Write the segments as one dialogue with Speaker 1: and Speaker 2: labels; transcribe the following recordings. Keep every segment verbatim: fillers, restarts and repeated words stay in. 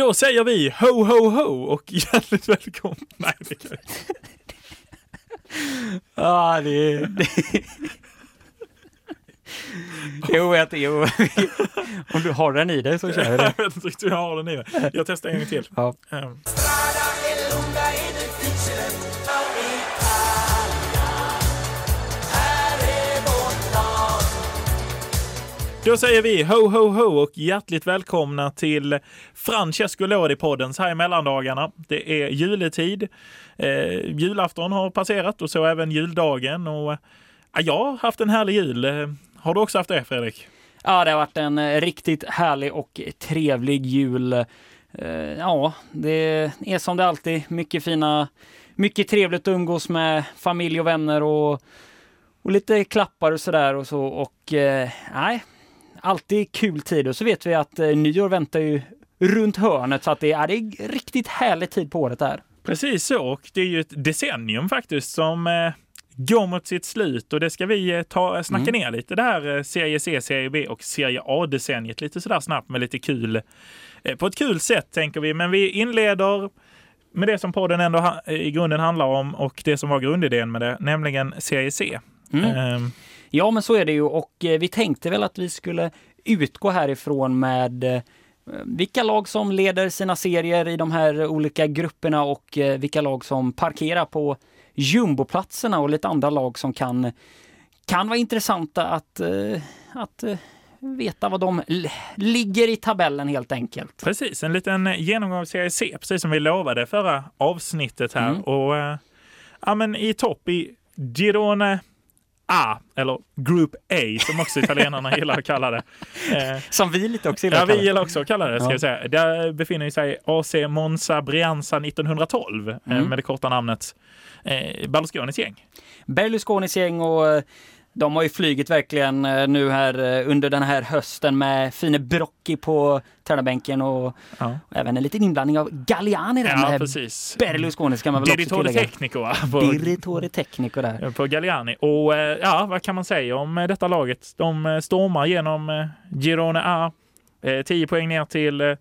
Speaker 1: Då säger vi ho ho ho och hjärtligt välkomna. Nej, det kan jag inte.
Speaker 2: Ja, det... det... Jo, jag, jo, om du har den i dig så kör jag det.
Speaker 1: Jag vet inte riktigt hur jag har den i mig. Jag testar en gång till.
Speaker 2: Ja.
Speaker 1: Um. Då säger vi ho ho ho och hjärtligt välkomna till Francesco Lodi-podden här i mellandagarna. Det är juletid. Eh, julafton har passerat och så även juldagen. Och, ja, jag har haft en härlig jul. Har du också haft det, Fredrik?
Speaker 2: Ja, det har varit en riktigt härlig och trevlig jul. Eh, ja, det är som det alltid. Mycket fina, mycket trevligt att umgås med familj och vänner och, och lite klappar och sådär och så. Och eh, nej... Alltid kul tid och så vet vi att eh, nyår väntar ju runt hörnet så att det är, det är riktigt härlig tid på året där.
Speaker 1: Precis så, och det är ju ett decennium faktiskt som eh, går mot sitt slut och det ska vi eh, ta, snacka mm. ner lite. Det här eh, serie C, serie B och serie A-decenniet lite sådär snabbt med lite kul, eh, på ett kul sätt tänker vi. Men vi inleder med det som podden ändå ha, i grunden handlar om och det som var grundidén med det, nämligen serie C.
Speaker 2: Mm.
Speaker 1: Eh,
Speaker 2: Ja, men så är det ju och eh, vi tänkte väl att vi skulle utgå härifrån med eh, vilka lag som leder sina serier i de här olika grupperna och eh, vilka lag som parkerar på jumboplatserna och lite andra lag som kan, kan vara intressanta att, eh, att eh, veta vad de l- ligger i tabellen helt enkelt.
Speaker 1: Precis, en liten genomgång av serie C, precis som vi lovade förra avsnittet här.
Speaker 2: Mm.
Speaker 1: Och eh, ja, men i topp i Girone A, eller Group A som också italienarna gillar att kalla det. Eh,
Speaker 2: som vi lite också gillar
Speaker 1: ja,
Speaker 2: att kalla
Speaker 1: vi gillar också att kalla det, ska
Speaker 2: ja.
Speaker 1: jag säga. Där befinner sig A C Monza Brianza nittonhundratolv mm. eh, med det korta namnet eh, Berlusconis gäng.
Speaker 2: Berlusconis gäng och de har ju flygit verkligen nu här under den här hösten med fina Brocchi på tränarbänken och,
Speaker 1: ja.
Speaker 2: och även en liten inblandning av Galliani i den
Speaker 1: ja,
Speaker 2: här
Speaker 1: precis.
Speaker 2: Berlusconi ska man väl också tillägga.
Speaker 1: Tecnico på,
Speaker 2: Direttore Tecnico där.
Speaker 1: På Galliani. Och ja, vad kan man säga om detta laget? De stormar genom Girone A. tio poäng ner till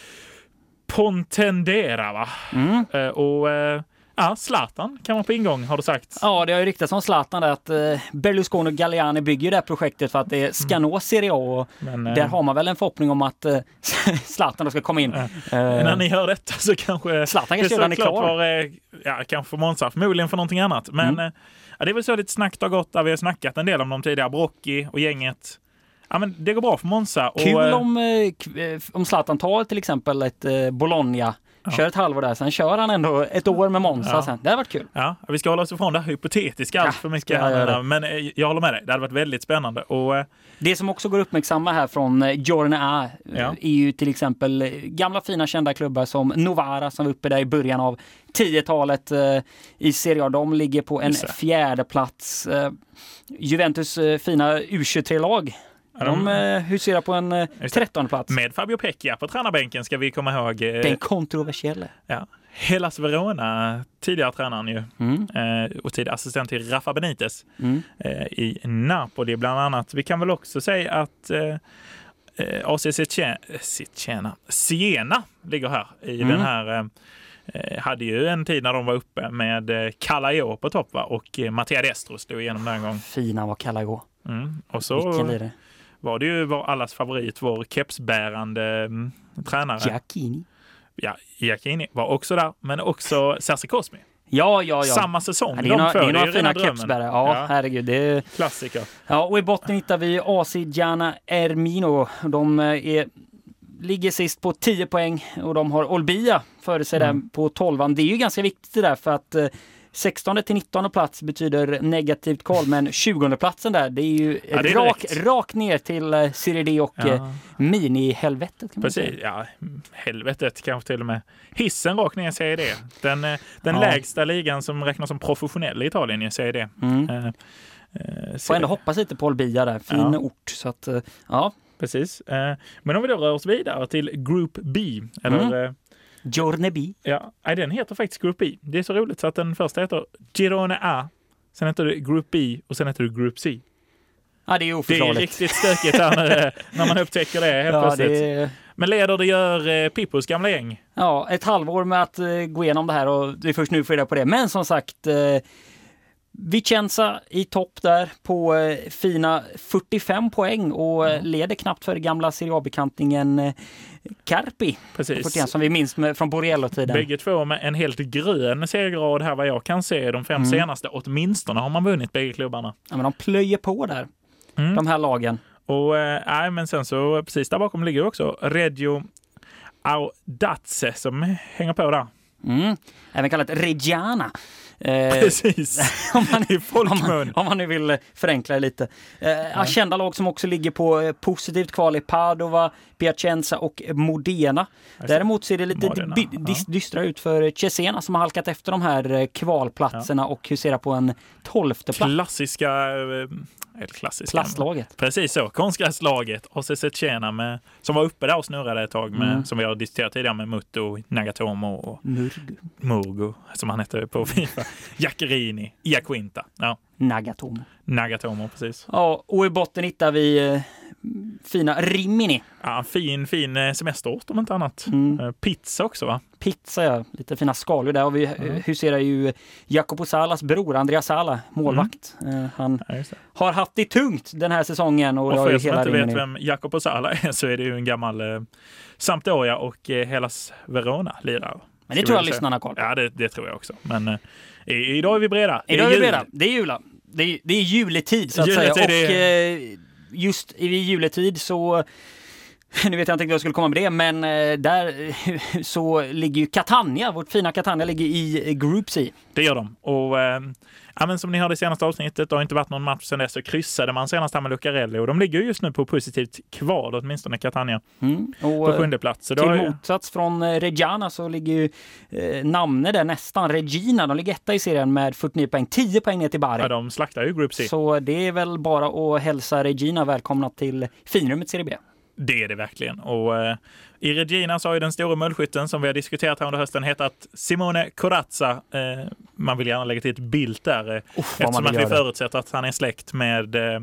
Speaker 1: Pontendera, va?
Speaker 2: Mm.
Speaker 1: Och ja, Zlatan kan man på ingång, har du sagt.
Speaker 2: Ja, det har ju riktats om Zlatan där att eh, Berlusconi och Galliani bygger det här projektet för att det ska nå Serie A och Men, där eh, har man väl en förhoppning om att eh, Zlatan då ska komma in.
Speaker 1: Eh, eh, när ni hör detta så kanske
Speaker 2: Zlatan kanske redan är klar.
Speaker 1: Var, eh, ja, kanske för Monza, förmodligen för någonting annat. Men mm. eh, ja, det är väl så lite snack har gått där vi har snackat en del om dem tidigare. Brocchi och gänget. Ja, men det går bra för Monza.
Speaker 2: Kul
Speaker 1: och,
Speaker 2: om, eh, om Zlatan tar till exempel ett eh, Bologna. Ja. Kör ett halvår där, sen kör han ändå ett år med Monza ja. sen. Det har varit kul.
Speaker 1: Ja, vi ska hålla oss ifrån det hypotetiska allt ja, för mycket. Jag men jag håller med dig, det hade varit väldigt spännande. Och,
Speaker 2: det som också går uppmärksamma här från Girone A ja. är ju till exempel gamla fina kända klubbar som Novara som var uppe där i början av tiotalet eh, i Serie A. De ligger på en fjärde plats. Eh, Juventus eh, fina U tjugotre-lag. De eh, huserar på en eh, trettonde plats.
Speaker 1: Med Fabio Pecchia på tränarbänken ska vi komma ihåg. Eh,
Speaker 2: Den kontroversiella.
Speaker 1: Ja. Hellas Verona, tidigare tränaren ju. Mm. Eh, och tidigare assistent till Rafa Benitez mm. eh, i Napoli bland annat. Vi kan väl också säga att eh, A C Siena, Siena ligger här i mm. den här. Eh, hade ju en tid när de var uppe med eh, Calaiò på topp, va? Och eh, Mattia Destro stod igenom den gången.
Speaker 2: Fina var Calaiò.
Speaker 1: Mm. Och så var det ju var allas favorit, vår kepsbärande mm, tränare.
Speaker 2: Giacchini.
Speaker 1: Ja, Giacchini var också där, men också Serse Cosmi.
Speaker 2: Ja, ja, ja.
Speaker 1: Samma säsong.
Speaker 2: Ja, det är några,
Speaker 1: de
Speaker 2: det är några fina kepsbärare. Ja, ja, herregud. Det är...
Speaker 1: klassiker.
Speaker 2: Ja, och i botten hittar vi A C Giana Ermino. De är, ligger sist på tio poäng och de har Olbia före sig mm. där på tolvan. Det är ju ganska viktigt där för att sextonde till nittonde plats betyder negativt kval, men tjugonde platsen där, det är ju ja, det är rak, rak ner till Serie D och ja. mini-helvetet. Kan man
Speaker 1: Precis,
Speaker 2: säga.
Speaker 1: ja, helvetet kanske till och med. Hissen rak ner i Serie D. Den, den ja. lägsta ligan som räknas som professionell i Italien i Serie D. Mm. Uh,
Speaker 2: uh, Får ändå hoppas lite på Olbia där, fin ja. ort. Så att, uh, ja.
Speaker 1: Precis. Uh, men om vi då rör oss vidare till Group B, eller... Mm. Uh,
Speaker 2: Girone B.
Speaker 1: Ja, den heter faktiskt Group B. Det är så roligt så att den första heter Girone A, sen heter det Group B och sen heter det Group C.
Speaker 2: Ja, det är oförklarligt.
Speaker 1: Det är riktigt stökigt där när, när man upptäcker det helt
Speaker 2: ja,
Speaker 1: plötsligt.
Speaker 2: Det är...
Speaker 1: Men leder det gör eh, Pippos gamla gäng.
Speaker 2: Ja, ett halvår med att eh, gå igenom det här och det är först nu får reda på det. Men som sagt, eh, Vicenza i topp där på eh, fina fyrtiofem poäng och eh, leder knappt för gamla Serie A-bekantningen eh, Carpi.
Speaker 1: Precis.
Speaker 2: fyrtioen, som vi minns med, från Borello-tiden.
Speaker 1: Bägge två med en helt grön segergrad här vad jag kan se. De fem mm. senaste åtminstone har man vunnit bägge klubbarna.
Speaker 2: Ja, men de plöjer på där, mm. de här lagen.
Speaker 1: Och äh, men sen så precis där bakom ligger också Reggio Audace som hänger på där.
Speaker 2: Mm. Även kallat Reggiana.
Speaker 1: Eh, Precis,
Speaker 2: om, man,
Speaker 1: i folkmun.
Speaker 2: Om, man, om man nu vill förenkla lite. Eh, ja. Kända lag som också ligger på eh, positivt kval i Padova, Piacenza och Modena. Däremot ser det lite
Speaker 1: Modena,
Speaker 2: d- d-
Speaker 1: ja.
Speaker 2: dystra ut för Cesena som har halkat efter de här eh, kvalplatserna ja. och huserar på en tolfte plats.
Speaker 1: Klassiska... Eh, klassiska.
Speaker 2: Plastlaget.
Speaker 1: Precis så, konstgräslaget. Och så Cesena med som var uppe där och snurrade ett tag med, mm. som vi har diskuterat tidigare med Muto, Nagatomo och
Speaker 2: Murgo.
Speaker 1: Murgo som han heter på FIFA. Jaccherini, Iaquinta. Ja.
Speaker 2: Nagatomo.
Speaker 1: Nagatomo, precis.
Speaker 2: Ja, och i botten hittar vi eh, fina Rimini.
Speaker 1: Ja, fin, fin semesterort om inte annat.
Speaker 2: Mm.
Speaker 1: Pizza också, va?
Speaker 2: Pizza, ja. Lite fina skalor där. Och vi mm. huserar ju Jacopo Salas bror, Andreas Sala, målvakt. Mm. Han ja, har haft det tungt den här säsongen. Och,
Speaker 1: och för er som inte
Speaker 2: Rimini.
Speaker 1: vet vem Jacopo Sala är så är det ju en gammal eh, Sampdoria och eh, Hellas Verona-lirare.
Speaker 2: Men det tror jag lyssnarna har koll på.
Speaker 1: Ja, det, det tror jag också. Men eh, idag är vi breda.
Speaker 2: Idag är vi breda. Det är jula. Det är, det är juletid så att juletid säga. Och är... just i juletid så... Nu vet jag inte vad jag skulle komma med det, men där så ligger ju Catania, vårt fina Catania ligger i Group C.
Speaker 1: Det gör de. Och äh, ja, men som ni hörde i senaste avsnittet, det har inte varit någon match sedan dess, så kryssade man senast här med Lucarelli. Och de ligger just nu på positivt kval, åtminstone Catania, mm. och, på sjunde plats. Så
Speaker 2: till
Speaker 1: har...
Speaker 2: motsats från Reggiana så ligger ju eh, namnet där nästan. Regina, de ligger etta i serien med fyrtionio poäng, tio poäng ner till Bari.
Speaker 1: Ja, de slaktar ju Group C.
Speaker 2: Så det är väl bara att hälsa Regina välkomna till finrummet Serie B.
Speaker 1: Det är det verkligen. Och eh, i Regina så har ju den stora målskytten som vi har diskuterat här under hösten hetat Simone Corazza. Eh, man vill gärna lägga till ett bild där. Eh,
Speaker 2: Uff,
Speaker 1: eftersom att vi förutsätter att han är släkt med eh,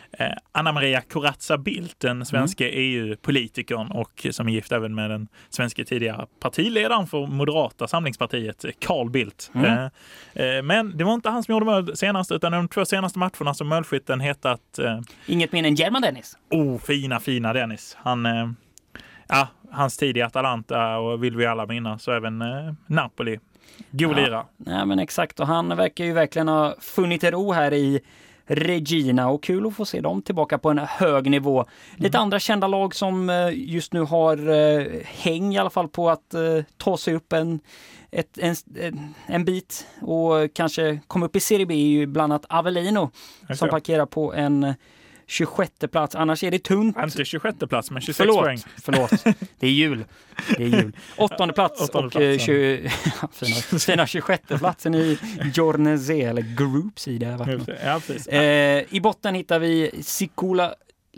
Speaker 1: Anna Maria Corazza Bildt, den svenska mm. E U-politikern och som är gift även med den svenska tidigare partiledaren för Moderata samlingspartiet, Carl Bildt. Mm. Eh, eh, men det var inte han som gjorde mål senast, utan de två senaste matcherna som målskytten hetat... Eh,
Speaker 2: Inget mer än German Dennis.
Speaker 1: Oh, fina, fina Dennis. Han... Eh, Ja, hans tid i Atalanta och vill vi alla minnas, så även eh, Napoli. God lira.
Speaker 2: Ja, ja, men exakt. Och han verkar ju verkligen ha funnit ro här i Regina och kul att få se dem tillbaka på en hög nivå. Lite mm. andra kända lag som eh, just nu har eh, häng i alla fall på att eh, ta sig upp en, ett, en, en bit och kanske komma upp i Serie B, är ju bland annat Avellino okay. som parkerar på en tjugosjätte plats. Annars är det tunt.
Speaker 1: Inte tjugosjätte plats, men tjugosex
Speaker 2: förlåt,
Speaker 1: poäng.
Speaker 2: Förlåt, det är jul. Det är jul. Åttonde plats Åttonde och platsen. tjugo, fina, fina tjugosjätte platsen i Giornese eller Group C. Ja,
Speaker 1: precis.
Speaker 2: Eh, I botten hittar vi Sicula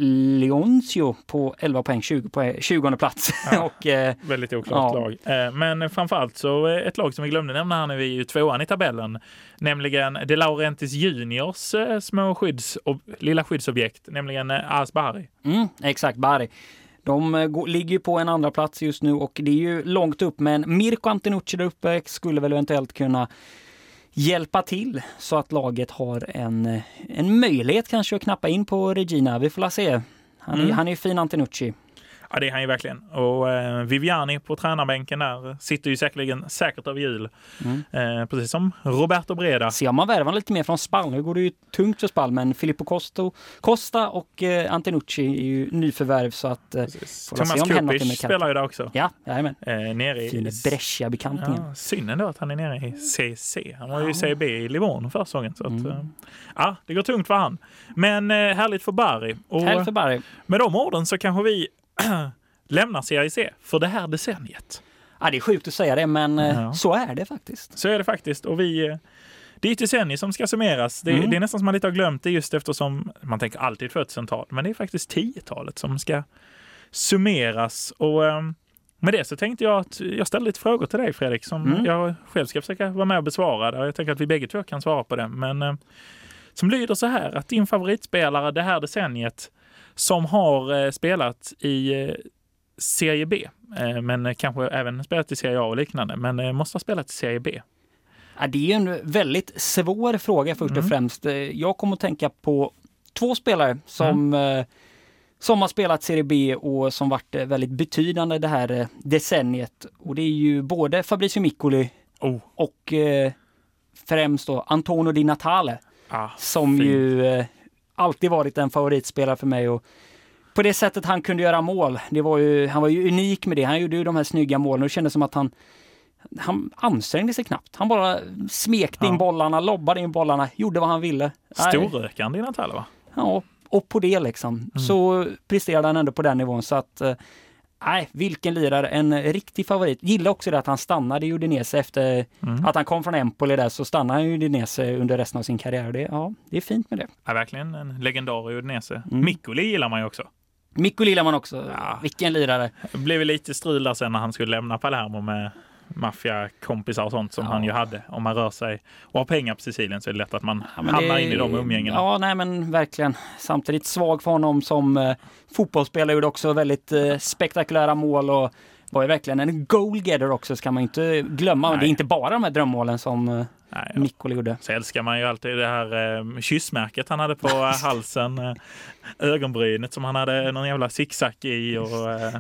Speaker 2: Leoncio på elva poäng, tjugo poäng, tjugonde plats.
Speaker 1: Ja,
Speaker 2: och, eh,
Speaker 1: väldigt oklart
Speaker 2: ja.
Speaker 1: lag. Eh, men framförallt så ett lag som vi glömde nämna här, när vi är ju tvåan i tabellen, nämligen De Laurentiis Juniors eh, små skydds, ob, lilla skyddsobjekt, nämligen eh, A S Bari.
Speaker 2: Mm, exakt, Bari. De eh, går, ligger ju på en andra plats just nu och det är ju långt upp, men Mirko Antenucci där uppe skulle väl eventuellt kunna hjälpa till så att laget har en, en möjlighet kanske att knappa in på Regina. Vi får la se. Han är, mm. han är ju fin, Antenucci.
Speaker 1: Ja, det är han ju verkligen. Och eh, Viviani på tränarbänken där sitter ju säkerligen säkert över jul. Mm. Eh, precis som Roberto Breda.
Speaker 2: Se om man värvar lite mer från Spal. Nu går det ju tungt för Spal, men Filippo Costa, Costa och eh, Antenucci är ju nyförvärv, så att eh,
Speaker 1: Thomas Kupic spelar ju där också.
Speaker 2: Ja, jajamän.
Speaker 1: Eh, nere i
Speaker 2: Fina Brescia-bekantningen.
Speaker 1: Ja, synden då att han är nere i C C. Han var ju i C B i Livorno förra säsongen. Så att, mm. eh, ja, det går tungt för han. Men eh, härligt för Bari. Och
Speaker 2: härligt för Bari.
Speaker 1: Med de orden så kanske vi lämnar Serie C för det här decenniet.
Speaker 2: Ja, det är sjukt att säga det, men ja. så är det faktiskt.
Speaker 1: Så är det faktiskt. Och vi, det är ett decennium som ska summeras. Det, mm. det är nästan som man lite har glömt det, just eftersom man tänker alltid tvåtusental. Men det är faktiskt tiotalet som ska summeras. Och med det så tänkte jag att jag ställer lite frågor till dig, Fredrik, som mm. jag själv ska försöka vara med och besvara. Och jag tänker att vi bägge två kan svara på det. Men som lyder så här, att din favoritspelare det här decenniet som har eh, spelat i eh, Serie B, eh, men kanske även spelat i Serie A och liknande, men eh, måste ha spelat i Serie B.
Speaker 2: Ja, det är en väldigt svår fråga först
Speaker 1: Mm.
Speaker 2: och främst. Jag kommer att tänka på två spelare som,
Speaker 1: Mm.
Speaker 2: eh, som har spelat Serie B och som varit eh, väldigt betydande det här eh, decenniet. Och det är ju både Fabrizio Miccoli
Speaker 1: Oh.
Speaker 2: och eh, främst då Antonio Di Natale.
Speaker 1: Ah,
Speaker 2: Som
Speaker 1: fint.
Speaker 2: ju eh, alltid varit en favoritspelare för mig. Och på det sättet han kunde göra mål, det var ju, han var ju unik med det. Han gjorde ju de här snygga målen och det kändes som att han, han ansträngde sig knappt. Han bara smekte in
Speaker 1: Ja.
Speaker 2: bollarna, lobbade in bollarna, gjorde vad han ville.
Speaker 1: Storrökande i Natale, va?
Speaker 2: Ja, och på det liksom.
Speaker 1: Mm.
Speaker 2: Så presterade han ändå på den nivån. Så att, eh, nej, vilken lirare. En riktig favorit. Gillar också det att han stannade i Udinese efter
Speaker 1: Mm.
Speaker 2: att han kom från Empoli där, så stannade han i Udinese under resten av sin karriär. Det, ja, det är fint med det.
Speaker 1: Ja, verkligen en legendar i Udinese.
Speaker 2: Mm.
Speaker 1: Miccoli gillar man ju också.
Speaker 2: Mikko gillar man också.
Speaker 1: Ja.
Speaker 2: Vilken lirare.
Speaker 1: Det blev lite strul där sen när han skulle lämna Palermo med maffiakompisar och sånt som
Speaker 2: Ja.
Speaker 1: han ju hade. Om man rör sig och har pengar på Sicilien så är det lätt att man
Speaker 2: Ja, men
Speaker 1: hamnar
Speaker 2: det-
Speaker 1: in i de umgängena.
Speaker 2: Ja, nej men verkligen. Samtidigt svag för honom som eh, fotbollsspelare, gjorde också väldigt eh, spektakulära mål och var ju verkligen en goalgetter också, ska man inte glömma. Men det är
Speaker 1: Nej.
Speaker 2: inte bara de här drömmålen som eh,
Speaker 1: Nej,
Speaker 2: Miccoli gjorde.
Speaker 1: så älskar man ju alltid det här eh, kyssmärket han hade på eh, halsen. Eh, ögonbrynet som han hade någon jävla zigzag i och eh,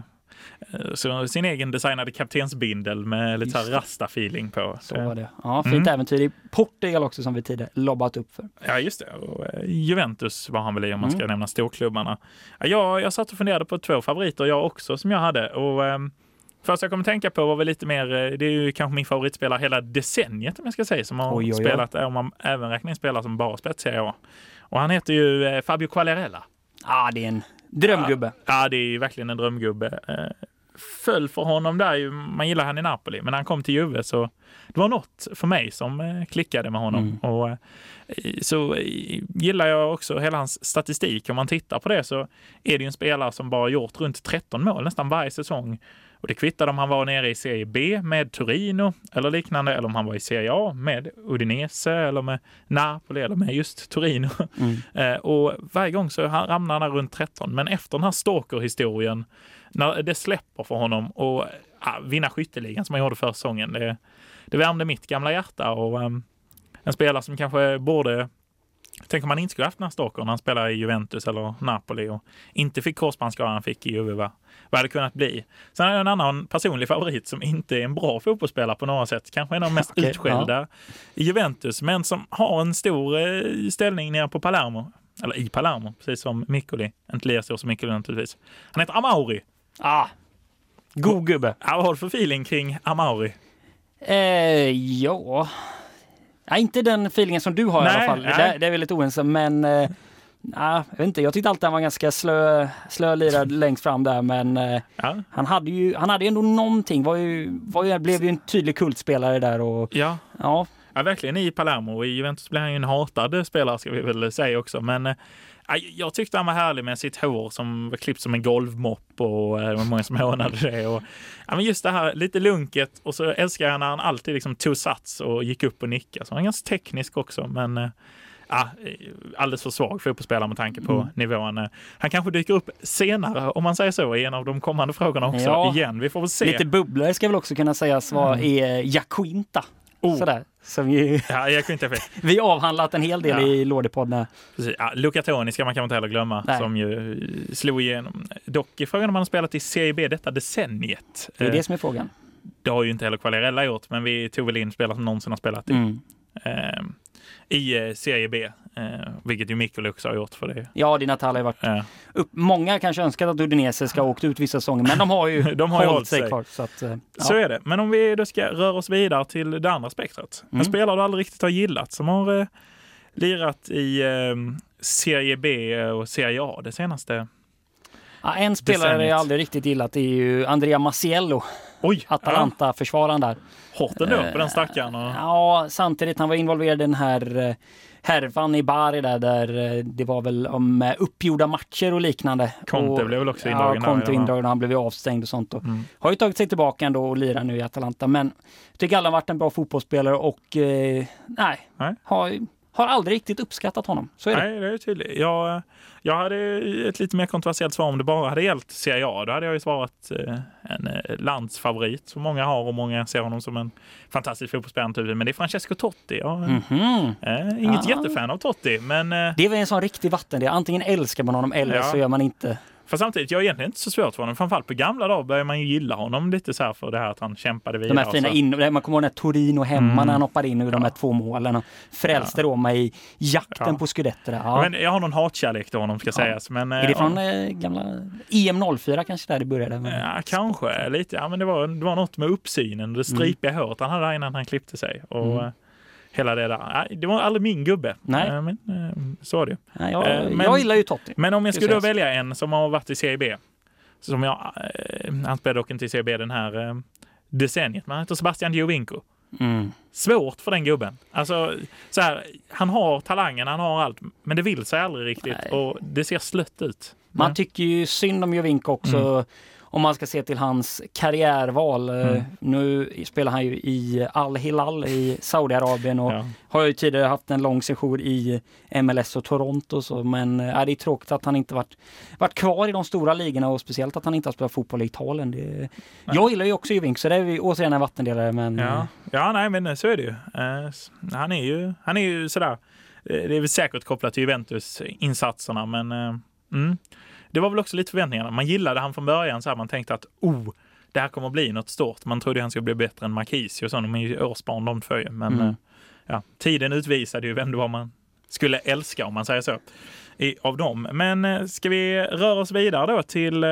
Speaker 1: så sin egen designade kaptensbindel med lite så här
Speaker 2: Just det.
Speaker 1: rasta-feeling på.
Speaker 2: Så var det. Ja, fint
Speaker 1: Mm.
Speaker 2: äventyr i Portugal också som vi tidigare lobbat upp för.
Speaker 1: Ja, just det. Och, eh, Juventus var han väl i om man ska
Speaker 2: Mm.
Speaker 1: nämna storklubbarna. Ja, jag, jag satt och funderade på två favoriter jag också som jag hade. Och eh, först jag kommer tänka på var väl lite mer, eh, det är ju kanske min favoritspelare hela decenniet om jag ska säga, som har
Speaker 2: Oj, oj, oj.
Speaker 1: spelat, om man även räknar in spelare som bara spelat Serie A. Och han heter ju eh, Fabio Quagliarella.
Speaker 2: Ja, det är en drömgubbe.
Speaker 1: Ja, det är verkligen en drömgubbe. Eh, föll för honom där, ju, man gillar han i Napoli, men när han kom till Juve så det var något för mig som eh, klickade med honom.
Speaker 2: Mm.
Speaker 1: Och eh, så eh, gillar jag också hela hans statistik. Om man tittar på det så är det ju en spelare som bara gjort runt tretton mål nästan varje säsong. Och det kvittar om han var nere i Serie B med Torino eller liknande, eller om han var i Serie A med Udinese eller med Napoli eller med just Torino.
Speaker 2: Mm.
Speaker 1: Eh, och varje gång så han- ramlar han runt tretton. Men efter den här Stalker-historien, när det släpper för honom och ah, vinna skytteligan som han gjorde förra säsongen, det, det värmde mitt gamla hjärta. Och um, en spelare som kanske borde, tänk om man inte skulle haft den här Stalker när han spelar i Juventus eller Napoli och inte fick korsbandsskada han fick i Juve, va? Vad hade det kunnat bli? Sen är det en annan personlig favorit som inte är en bra fotbollsspelare på något sätt. Kanske en av de mest
Speaker 2: Okej,
Speaker 1: utskällda i Juventus, men som har en stor eh, ställning nere på Palermo. Eller i Palermo, precis som Miccoli. Inte lika stor som Miccoli naturligtvis. Han heter Amauri.
Speaker 2: Ah, god gubbe.
Speaker 1: Ja, vad har du för feeling kring Amauri?
Speaker 2: Eh, ja... ja, inte den feelingen som du har
Speaker 1: Nej,
Speaker 2: i alla fall.
Speaker 1: nej.
Speaker 2: Det, det är väl lite oense, men... Eh, ja, jag vet inte, jag tyckte alltid han var ganska slö, slö lirad längst fram där, men eh,
Speaker 1: Ja,
Speaker 2: han hade ju han hade ju ändå någonting. Var ju, var ju, blev ju en tydlig kultspelare där och
Speaker 1: ja.
Speaker 2: ja,
Speaker 1: Ja, verkligen i Palermo. Och i Juventus blev han ju en hatad spelare, ska vi väl säga också. Men eh, jag tyckte han var härlig med sitt hår som var klippt som en golvmopp och eh, det var många som hånade det. Och, ja, men just det här lite lunket, och så älskar jag när han alltid liksom tog sats och gick upp och nickade. Så han är ganska teknisk också, men eh, ja, alldeles för svag fotbollsspelare med tanke på
Speaker 2: Mm.
Speaker 1: nivån. Han kanske dyker upp senare, om man säger så, i en av de kommande frågorna också.
Speaker 2: Ja.
Speaker 1: Igen, vi får väl se.
Speaker 2: lite bubblare ska väl också kunna sägas vara
Speaker 1: Mm.
Speaker 2: är Jaquinta.
Speaker 1: Oh.
Speaker 2: Sådär, som ju,
Speaker 1: Ja, jag kan inte fel.
Speaker 2: vi avhandlat en hel del
Speaker 1: Ja.
Speaker 2: i Lådepodden.
Speaker 1: Precis. Ja, Luca Toni ska man kanske inte heller glömma,
Speaker 2: Nej.
Speaker 1: som ju eh, slog igenom. Dock är frågan om han har spelat i Serie B detta decenniet.
Speaker 2: Det är
Speaker 1: Eh,
Speaker 2: det som är frågan.
Speaker 1: det har ju inte heller Quagliarella gjort, men vi tog väl in spelare som någonsin har spelat i,
Speaker 2: Mm.
Speaker 1: eh, i eh, Serie B, eh, vilket ju Miccoli också har gjort för det.
Speaker 2: Ja, Di Natale har varit
Speaker 1: Eh,
Speaker 2: upp. Många kanske önskat att Udinese ska ha åkt ut vissa säsonger, men de har ju,
Speaker 1: De har ju
Speaker 2: hållit
Speaker 1: hållit
Speaker 2: sig
Speaker 1: sig.
Speaker 2: kvar. Så att, eh, ja.
Speaker 1: Så är det. Men om vi då ska röra oss vidare till det andra spektrat. En
Speaker 2: Mm.
Speaker 1: spelare du aldrig riktigt har gillat, som har eh, lirat i eh, Serie B och Serie A det senaste.
Speaker 2: Ja, en spelare
Speaker 1: decenniet.
Speaker 2: jag aldrig riktigt gillat är ju Andrea Maciello,
Speaker 1: Oj,
Speaker 2: Atalanta-försvararen där.
Speaker 1: ja, hårt ändå på den stackaren. Och,
Speaker 2: Ja, samtidigt han var involverad i den här eh, härvan i Bari där, där eh, det var väl om eh, uppgjorda matcher och liknande.
Speaker 1: Conte
Speaker 2: och,
Speaker 1: blev väl också
Speaker 2: ja,
Speaker 1: indragen där,
Speaker 2: Conte
Speaker 1: eller vad?
Speaker 2: indragen och han blev ju avstängd och sånt. Och
Speaker 1: Mm.
Speaker 2: har ju tagit sig tillbaka ändå och lirar nu i Atalanta, men jag tycker alla har varit en bra fotbollsspelare och eh, nej,
Speaker 1: Nej.
Speaker 2: har, har aldrig riktigt uppskattat honom. Så är det.
Speaker 1: Nej, det är tydligt. Jag, jag hade ett lite mer kontroversiellt svar om det bara hade gällt Serie A. Då hade jag ju svarat eh, en eh, landsfavorit som många har och många ser honom som en fantastisk fotbollsspelare. Men det är Francesco Totti. Jag,
Speaker 2: mm-hmm.
Speaker 1: eh, inget ja. jättefan av Totti. Men, eh,
Speaker 2: det är väl en sån riktig vatten. Det är antingen älskar man honom eller ja. så gör man inte.
Speaker 1: För samtidigt, jag är egentligen inte så svårt för honom. Framförallt på gamla dagar börjar man ju gilla honom lite så här för det här att han kämpade vidare.
Speaker 2: De här fina in, man kommer ihåg när Torino hemma mm. när han hoppade in ur ja. de här två målen och frälste ja. Roma i jakten ja. på Scudetto. Ja.
Speaker 1: Men jag har någon hatkärlek till honom ska ja. sägas. Men,
Speaker 2: är det från äh, gamla E M noll fyra kanske där det började? Men...
Speaker 1: Ja, kanske lite. Ja, men det var, det var något med uppsynen, det stripiga mm. håret han hade innan han klippte sig. Och mm. hela det där. Det var aldrig min gubbe.
Speaker 2: Nej.
Speaker 1: Men så var det ju.
Speaker 2: Nej, jag, men, jag gillar ju Totti.
Speaker 1: Men om jag skulle då välja en som har varit i Serie B, som jag, han spelade dock inte i Serie B den här decenniet, men han heter Sebastian Giovinco.
Speaker 2: Mm.
Speaker 1: Svårt för den gubben. Alltså, så här, han har talangen, han har allt, men det vill sig aldrig riktigt. Nej. Och det ser slött ut.
Speaker 2: Man ja. tycker ju synd om Giovinco också. Mm. Om man ska se till hans karriärval. Mm. Nu spelar han ju i Al Hilal i Saudiarabien och ja. har ju tidigare haft en lång sejour i M L S och Toronto. Så, men är det är tråkigt att han inte varit, varit kvar i de stora ligorna och speciellt att han inte har spelat fotboll i Italien. Det, jag gillar ju också Giovinco, så det är vi återigen en vattendelare. Men,
Speaker 1: ja. ja, nej men så är det ju. Uh, han är ju, han är ju sådär, det är väl säkert kopplat till Juventus-insatserna, men uh, mm. det var väl också lite förväntningarna. Man gillade han från början så här, man tänkte att oh, det här kommer att bli något stort. Man trodde han skulle bli bättre än Marquisio och så, de är ju årsbarn de två. Men mm. ja, tiden utvisade ju vem det var man skulle älska, om man säger så, i, av dem. Men ska vi röra oss vidare då till,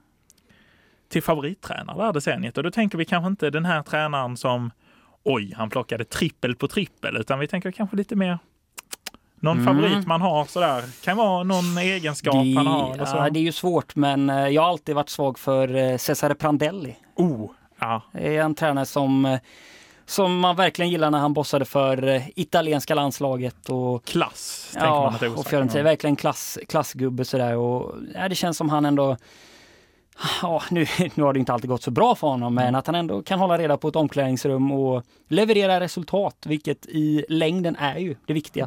Speaker 1: till favorittränare där decenniet. Och då tänker vi kanske inte den här tränaren som oj, han plockade trippel på trippel, utan vi tänker kanske lite mer någon mm. favorit man har sådär. Kan vara någon egenskap
Speaker 2: det,
Speaker 1: han har. Eller så.
Speaker 2: Ja, det är ju svårt, men jag har alltid varit svag för Cesare Prandelli.
Speaker 1: Oh, ja.
Speaker 2: Det är en tränare som, som man verkligen gillar när han bossade för italienska landslaget. Och,
Speaker 1: klass,
Speaker 2: tänker ja, man att det är och Fiorentina, verkligen klass, klassgubbe sådär. Och, ja, det känns som han ändå... Ja, nu, nu har det inte alltid gått så bra för honom, men att han ändå kan hålla reda på ett omklädningsrum och leverera resultat, vilket i längden är ju det viktiga.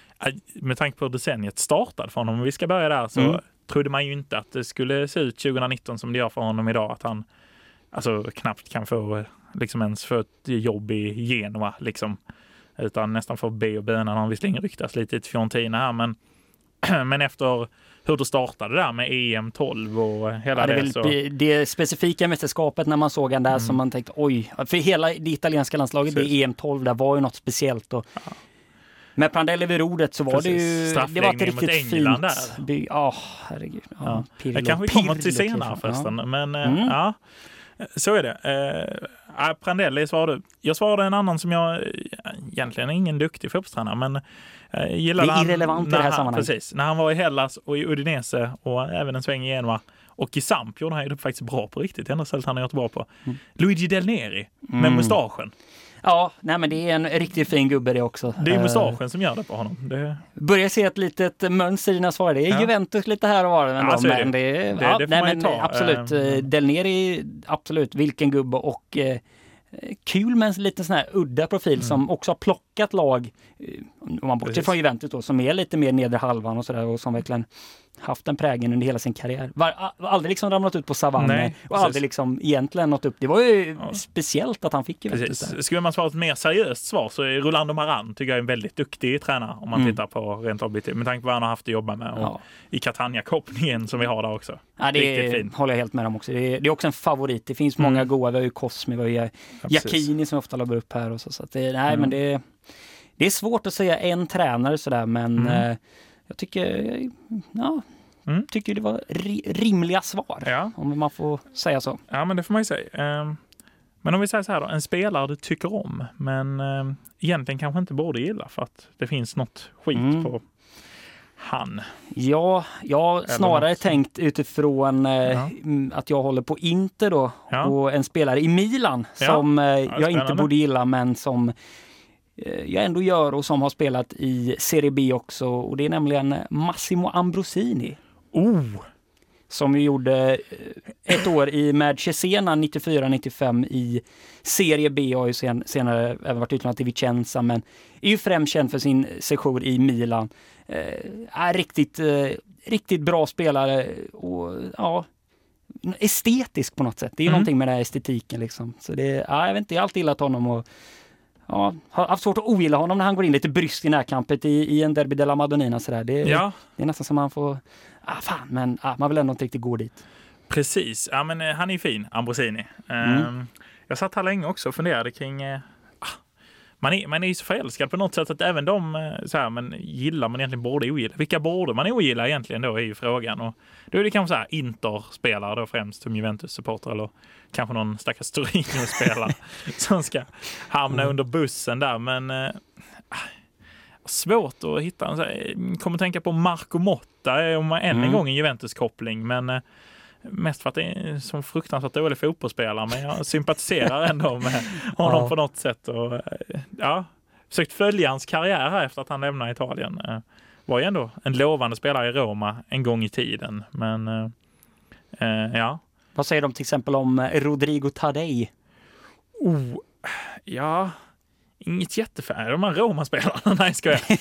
Speaker 1: Med tanke på decenniet startade för honom, om vi ska börja där, så mm. trodde man ju inte att det skulle se ut tjugonitton som det gör för honom idag, att han alltså knappt kan få liksom ens få ett jobb i Genoa liksom, utan nästan får be och böna. Han visserligen ryktas lite till Fiorentina här, men, men efter hur det startade där med E M tolv och hela ja, det, det så...
Speaker 2: Det specifika mästerskapet när man såg han där mm. som man tänkte oj, för hela det italienska landslaget, det E M tolv där var ju något speciellt och ja. Med Prandelli vid rodet så var Precis. det ju det var ett riktigt fint by- ja, herregud. Ja,
Speaker 1: ja. Pirlo, jag kanske kommer till senare förresten, ja. men mm. äh, ja, så är det. Äh, Prandelli svarade. Jag svarade en annan som jag egentligen är ingen duktig fotbollstränare, men äh, gillade
Speaker 2: det är irrelevant
Speaker 1: han,
Speaker 2: i det här
Speaker 1: han,
Speaker 2: sammanhanget.
Speaker 1: Precis, när han var i Hellas och i Udinese och även en sväng i Genoa och i Samp gjorde han ju det faktiskt bra på riktigt. Enda stället han har gjort bra på. Mm. Luigi Del Neri med mm. mustaschen.
Speaker 2: Ja, nej men det är en riktigt fin gubbe det också.
Speaker 1: Det är mustaschen uh, som gör det på honom. Det...
Speaker 2: Börjar se ett litet mönster i dina svar. Det är ja. Juventus lite här och var. Men,
Speaker 1: ja,
Speaker 2: då, men det, det,
Speaker 1: det, ja, det får
Speaker 2: nej,
Speaker 1: man ju
Speaker 2: men,
Speaker 1: ta.
Speaker 2: Absolut. Uh, Del Neri, absolut. Vilken gubbe och uh, kul med en liten sån här udda profil mm. som också har plockat lag, om man bortser från Juventus då, som är lite mer nedre halvan och sådär och som verkligen haft en prägen under hela sin karriär. Var aldrig liksom ramlat ut på savannen och aldrig liksom egentligen nått upp. Det var ju ja. speciellt att han fick Juventus där.
Speaker 1: Skulle man svara ett mer seriöst svar så är Rolando Maran tycker jag är en väldigt duktig tränare om man mm. tittar på rent objektivt. Med tanke på vad han har haft att jobba med och ja. i Catania-kopplingen som vi har där också.
Speaker 2: Ja, det är, håller jag helt med om också. Det är, det är också en favorit. Det finns många mm. goda. Vi har ju Cosmi, vi har ju Giacchini som ofta lagar upp här och så. Så att det, nej, mm. men det, det är svårt att säga en tränare sådär, men mm. eh, jag tycker ja, mm. tycker det var ri- rimliga svar, ja. om man får säga så.
Speaker 1: Ja, men det får man ju säga. Um, men om vi säger så här då, en spelare du tycker om, men um, egentligen kanske inte borde gilla för att det finns något skit mm. på han.
Speaker 2: Ja, jag har snarare något. tänkt utifrån eh, ja. att jag håller på Inter då, ja. och en spelare i Milan ja. som eh, ja, jag inte borde gilla, men som jag ändå gör och som har spelat i Serie B också, och det är nämligen Massimo Ambrosini.
Speaker 1: Oh!
Speaker 2: som vi gjorde ett år i med Cesena nittiofyra nittiofem i Serie B, och har ju sen, senare även varit utlånad till Vicenza, men är ju främst känd för sin sejour i Milan. Eh, är riktigt, eh, riktigt bra spelare och ja, estetisk på något sätt. Det är ju mm. någonting med den här estetiken liksom. Så det, ja, jag vet inte, jag har alltid gillat honom och ja, har haft svårt att ogilla honom när han går in lite bryskt i närkampet i, i en Derby della Madonnina. Sådär. Det,
Speaker 1: ja.
Speaker 2: det är nästan som man får, ah, fan, men ah, man vill ändå inte riktigt gå dit.
Speaker 1: Precis, ja men eh, han är fin, Ambrosini. Mm. Um, jag satt här länge också och funderade kring, eh, ah, man, är, man är ju så förälskad på något sätt att även de eh, så här, men gillar man egentligen borde ogilla. Vilka borde man ogilla egentligen då är ju frågan. Och då är det kanske så här Inter-spelare då främst som Juventus-supporter eller kanske någon stackars Torino-spelare som ska hamna mm. under bussen där. Men eh, svårt att hitta. Så här, kommer att tänka på Marco Motta om man än en mm. gång en Juventus-koppling, men eh, mest för att det är som fruktansvärt dålig fotbollsspelare, men jag sympatiserar ändå med honom ja. på något sätt och ja, försökt följa hans karriär här efter att han lämnade Italien. Var ju ändå en lovande spelare i Roma en gång i tiden, men eh, ja.
Speaker 2: Vad säger de till exempel om Rodrigo Tadei?
Speaker 1: Oh, ja, inget jättefan. De här Roma-spelarna, nej ska jag.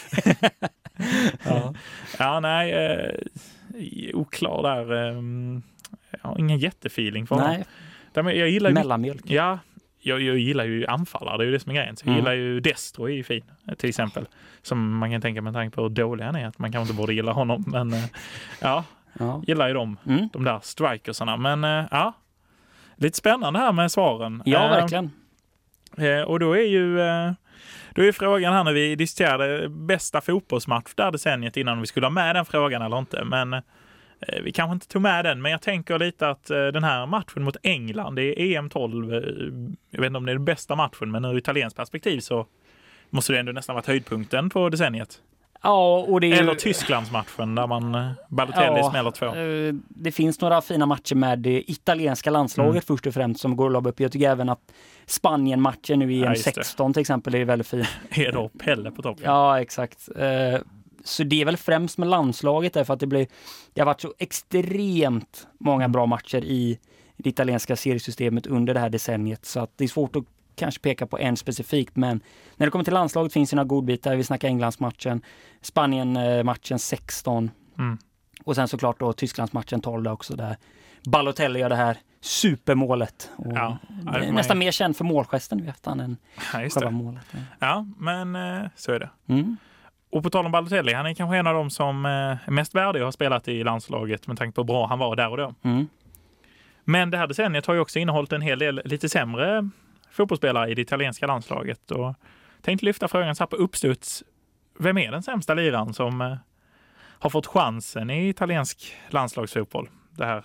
Speaker 1: ja. ja, nej, eh, oklar där. Eh, Jag har ingen jättefeeling för honom. Jag gillar ju,
Speaker 2: mellanmjölk.
Speaker 1: Ja, jag, jag gillar ju anfallare, det är ju det som är grejen. Så jag mm. gillar ju Destro är ju fin, till exempel. Som man kan tänka med tanke på hur dålig han är, att man kanske inte borde gilla honom. Men ja, ja. gillar ju dem, mm. de där strikersarna. Men ja, lite spännande här med svaren.
Speaker 2: Ja, eh, verkligen.
Speaker 1: Eh, och då är ju... Eh, Då är frågan här när vi diskuterade bästa fotbollsmatch där decenniet innan, om vi skulle ha med den frågan eller inte. Men eh, vi kanske inte tog med den, men jag tänker lite att eh, den här matchen mot England, det är E M tolv, eh, jag vet inte om det är den bästa matchen, men ur italienskt perspektiv så måste det ändå nästan varit höjdpunkten på decenniet.
Speaker 2: Ja, och det är...
Speaker 1: Eller Tysklandsmatchen där man eh, Balotelli ja, smäller två.
Speaker 2: Eh, det finns några fina matcher med det italienska landslaget mm. först och främst som går att lobba upp. Jag tycker även att Spanien-matchen nu i E M sexton till exempel är väldigt fin.
Speaker 1: Är då Pelle på toppen?
Speaker 2: Ja, exakt. Eh, så det är väl främst med landslaget därför att det blir, det har varit så extremt många bra matcher i det italienska seriesystemet under det här decenniet, så att det är svårt att kanske peka på en specifikt, men när det kommer till landslaget finns det några godbitar. Vi snackar Englandsmatchen, Spanien-matchen sexton mm. och sen såklart då Tysklandsmatchen tolv också, där Balotelli gör det här supermålet. Och
Speaker 1: ja,
Speaker 2: är man... nästan mer känd för målgesten vid efterhand än
Speaker 1: ja,
Speaker 2: själva målet. Ja.
Speaker 1: ja, men så är det.
Speaker 2: Mm.
Speaker 1: Och på tal om Balotelli, han är kanske en av dem som är mest värdig att ha spelat i landslaget med tanke på hur bra han var där och då.
Speaker 2: Mm.
Speaker 1: Men det här decenniet har ju också innehållit en hel del lite sämre fotbollsspelare i det italienska landslaget. Och tänkte lyfta frågan så här på uppstuds. Vem är den sämsta liraren som eh, har fått chansen i italiensk landslagsfotboll? Det här.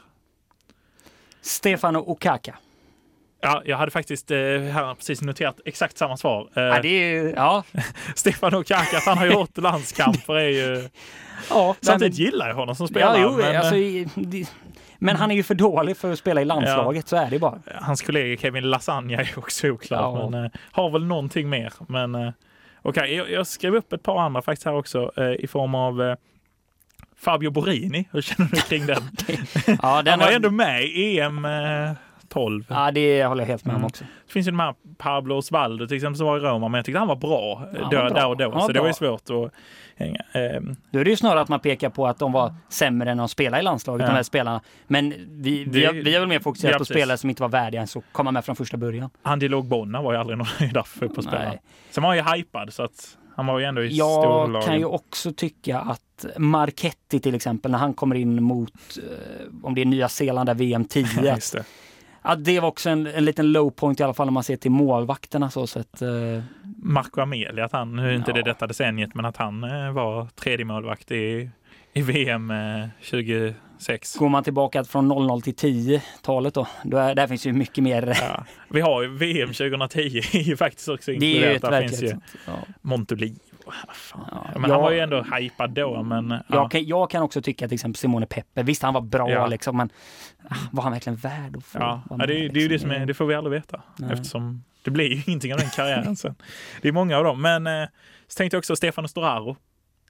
Speaker 2: Stefano Okaka.
Speaker 1: Ja, jag hade faktiskt eh, här precis noterat exakt samma svar. Eh,
Speaker 2: ja, det är ju, ja.
Speaker 1: Stefano Okaka, att han har gjort landskamper är ju...
Speaker 2: ja,
Speaker 1: samtidigt men... gillar jag honom som spelare.
Speaker 2: Ja, jo,
Speaker 1: men,
Speaker 2: alltså, det... Men han är ju för dålig för att spela i landslaget, ja. Så är det bara.
Speaker 1: Hans kollega Kevin Lasagna är också oklar, ja. men uh, har väl någonting mer. Men uh, okej, okay, jag, jag skrev upp ett par andra faktiskt här också uh, i form av uh, Fabio Borini. Hur känner du kring den? ja, den han var har... ändå med i E M uh, tolv.
Speaker 2: Ja, det håller jag helt med om också.
Speaker 1: Det finns ju de här Pablo Osvaldo till exempel som var i Roma, men jag tyckte han var bra, ja, där, var bra. där och då. Ja, så bra. Det var ju svårt att hänga. Um,
Speaker 2: då är det ju snarare att man pekar på att de var sämre än att spela i landslaget, ja. de här spelarna. Men vi, vi, har, vi har väl mer fokuserat på spelare som inte var värdiga så komma med från första början.
Speaker 1: Andy Logbonna var ju aldrig någon höjdare för på spelare. Sen var han ju hypad så att han var ju ändå i
Speaker 2: jag
Speaker 1: storlagen.
Speaker 2: Jag kan ju också tycka att Marchetti till exempel, när han kommer in mot eh, om det är Nya Zeeland där V M tio.
Speaker 1: Just det.
Speaker 2: Ja, det var också en, en liten low point i alla fall om man ser till målvakterna. Så, så att, uh...
Speaker 1: Marco Ameli, att han, nu är inte ja. det detta decenniet, men att han uh, var tredje målvakt i, i V M uh, tjugosex.
Speaker 2: Går man tillbaka från noll noll till tio-talet då, då är, där finns ju mycket mer.
Speaker 1: Ja. Vi har ju V M tjugohundratio är ju faktiskt också inkluderat. Där finns ju ja. Montolivo. Ja, men
Speaker 2: jag,
Speaker 1: han var ju ändå hypad då. Men,
Speaker 2: jag,
Speaker 1: ja.
Speaker 2: kan, jag kan också tycka till exempel Simone Peppe. Visst, han var bra ja. liksom, men var han verkligen värd att få?
Speaker 1: Ja, ja det,
Speaker 2: med,
Speaker 1: det
Speaker 2: liksom.
Speaker 1: är ju det som är, det får vi aldrig veta. Nej. Eftersom det blir ju ingenting av den karriären sen. Det är många av dem. Men eh, så tänkte jag också Stefano Storaro.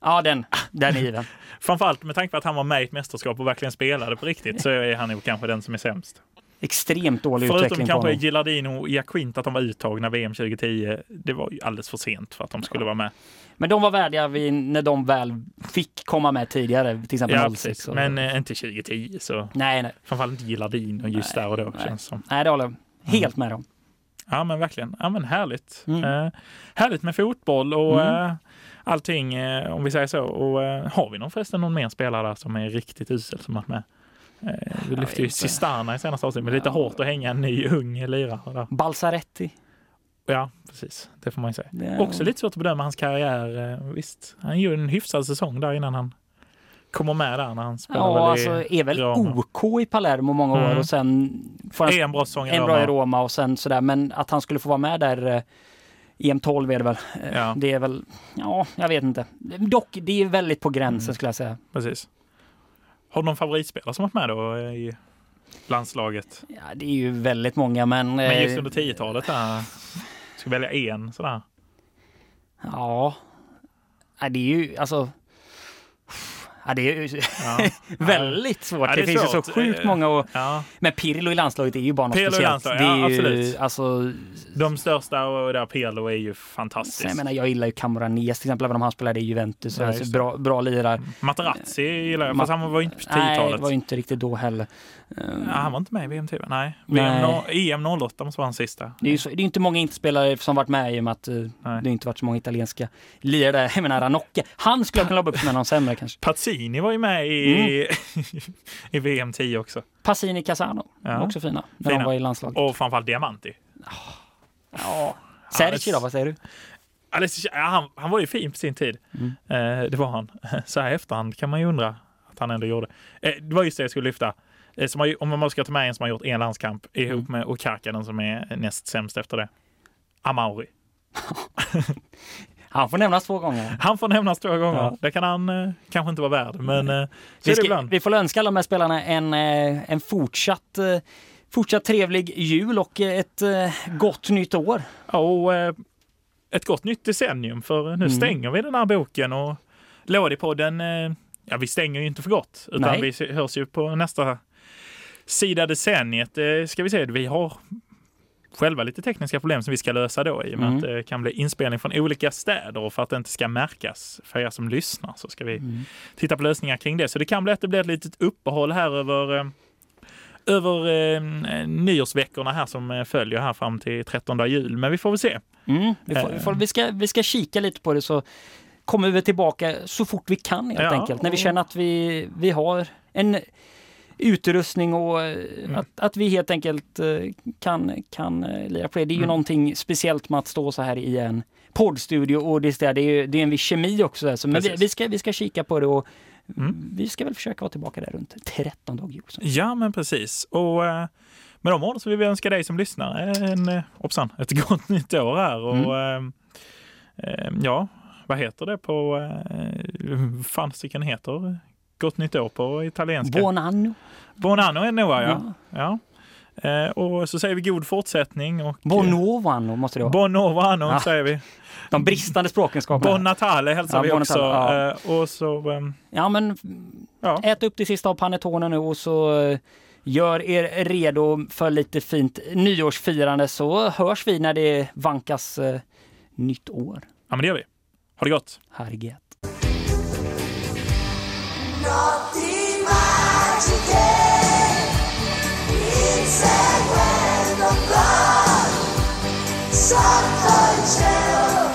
Speaker 2: Ja, den, den är given.
Speaker 1: Framförallt med tanke på att han var med i ett mästerskap och verkligen spelade på riktigt, så är han ju kanske den som är sämst.
Speaker 2: Extremt dålig
Speaker 1: Förutom
Speaker 2: utveckling på
Speaker 1: kanske
Speaker 2: honom.
Speaker 1: Gilardino och Iaquint att de var uttagna V M tjugo tio. Det var ju alldeles för sent för att de skulle ja. vara med.
Speaker 2: Men de var värdiga vid, när de väl fick komma med tidigare, till exempel
Speaker 1: ja,
Speaker 2: noll sex. Och...
Speaker 1: Men eh, inte tjugo tio så.
Speaker 2: Nej, nej.
Speaker 1: Framförallt inte Gilardino just nej, där och då
Speaker 2: nej.
Speaker 1: känns som.
Speaker 2: Nej, det håller jag helt med om.
Speaker 1: Ja, men verkligen. Ja, men härligt.
Speaker 2: Mm.
Speaker 1: Eh, härligt med fotboll och
Speaker 2: mm.
Speaker 1: eh, allting, eh, om vi säger så. Och eh, har vi någon förresten någon mer spelare där som är riktigt usel som varit med? Eh, vi lyfte ju Cisterna i senaste avsnitt, men det är lite ja. hårt att hänga en ny ung lirare där.
Speaker 2: Balsaretti.
Speaker 1: Ja, precis. Det får man ju säga.
Speaker 2: Det...
Speaker 1: Också lite svårt att bedöma hans karriär. Eh, visst, han gjorde en hyfsad säsong där innan han kommer med där när han spelar.
Speaker 2: Ja, alltså är väl Roma. O K i Palermo många år mm. och sen får han
Speaker 1: en bra säsong i
Speaker 2: en
Speaker 1: Roma.
Speaker 2: bra i Roma och sen sådär, men att han skulle få vara med där eh, E M tolv är det väl. Ja. Det är väl, ja, jag vet inte. Dock, det är väldigt på gränsen mm. skulle jag säga.
Speaker 1: Precis. Har du någon favoritspelare som varit med då i landslaget?
Speaker 2: Ja, det är ju väldigt många, men...
Speaker 1: Men just under tiotalet där, ska välja en sådär?
Speaker 2: Ja. Nej, det är ju, alltså... Ja, det är ju ja. väldigt svårt. Ja, det, det finns svårt. ju så sjukt många. Och... Ja. Men Pirlo i landslaget är ju bara något Pirlo speciellt. Det är
Speaker 1: ja,
Speaker 2: ju,
Speaker 1: absolut.
Speaker 2: Alltså...
Speaker 1: De största och där Pirlo är ju fantastiskt.
Speaker 2: Jag menar, jag gillar ju Camoranesi till exempel, även om han spelade i Juventus. Ja, alltså, bra, bra lirar.
Speaker 1: Materazzi gillar jag, fast han var ju inte på tiotalet.
Speaker 2: Nej, det var ju inte riktigt då heller.
Speaker 1: Um... Ja, han var inte med i V M T V. Nej. Nej. E M noll åtta måste vara hans sista.
Speaker 2: Det är ju så, det är inte många inte-spelare som varit med i och med att uh, det inte varit så många italienska lirare. Jag menar, Ranocchia. Han skulle kunna lobba upp med någon sämre kanske.
Speaker 1: Pazzini var ju med i, mm. i V M tio också.
Speaker 2: Passini Casano, ja. också fina. När fina. De var i landslaget.
Speaker 1: Och framförallt Diamanti.
Speaker 2: Oh. Ja. Sergi då, vad säger du?
Speaker 1: Ja, han, han var ju fin på sin tid. Mm. Eh, det var han. Så här efterhand kan man ju undra att han ändå gjorde. Eh, det var just det jag skulle lyfta. Eh, som har, om man ska ta med en som har gjort en landskamp ihop mm. med Okakanen som är näst sämst efter det. Amauri.
Speaker 2: Han får nämnas två gånger.
Speaker 1: Han får nämnas två gånger. Ja. Det kan han eh, kanske inte vara värd. Men eh,
Speaker 2: vi, ska, vi får önska alla de här spelarna en, eh, en fortsatt, eh, fortsatt trevlig jul och ett eh, gott nytt år.
Speaker 1: Ja, och eh, ett gott nytt decennium. För nu mm. stänger vi den här boken. Och Lådipodden, eh, ja vi stänger ju inte för gott. Utan Nej. vi hörs ju på nästa sida decenniet. Eh, ska vi se, vi har... själva lite tekniska problem som vi ska lösa då i och med mm. att det kan bli inspelning från olika städer och för att det inte ska märkas för er som lyssnar så ska vi mm. titta på lösningar kring det. Så det kan bli att det blir ett litet uppehåll här över, eh, över eh, nyårsveckorna här som följer här fram till trettonde jul. Men vi får väl se.
Speaker 2: Mm. Vi, får, vi, får, vi, ska, vi ska kika lite på det så kommer vi tillbaka så fort vi kan helt ja, enkelt. När vi känner att vi, vi har en utrustning och mm. att, att vi helt enkelt kan, kan lira på det. Det är ju mm. någonting speciellt med att stå så här i en poddstudio och det är, det är, det är en viss kemi också. Där. Så, men vi, vi, ska, vi ska kika på det och mm. vi ska väl försöka vara tillbaka där runt tretton dagar.
Speaker 1: Ja, men precis. Och med de orden så vill vi önska dig som lyssnar en, hoppsan, ett gott nytt år här. Och mm. äh, ja, vad heter det på äh, fansiken heter gott nytt år på italienska.
Speaker 2: Buon anno.
Speaker 1: Buon anno är nog, ja. ja. ja. Eh, och så säger vi god fortsättning. Och,
Speaker 2: Buon nuovo anno måste det vara.
Speaker 1: Buon nuovo anno ja. säger vi.
Speaker 2: De bristande språkenskaperna.
Speaker 1: Buon Natale hälsar ja, vi också. Ja. Eh, och så, um,
Speaker 2: ja, men ja. ät upp det sista av panettonen nu och så uh, gör er redo för lite fint nyårsfirande så hörs vi när det vankas uh, nytt år.
Speaker 1: Ja, men det gör vi. Ha det gott.
Speaker 2: Herregud.
Speaker 3: Notti magiche, inseguendo il sotto il cielo.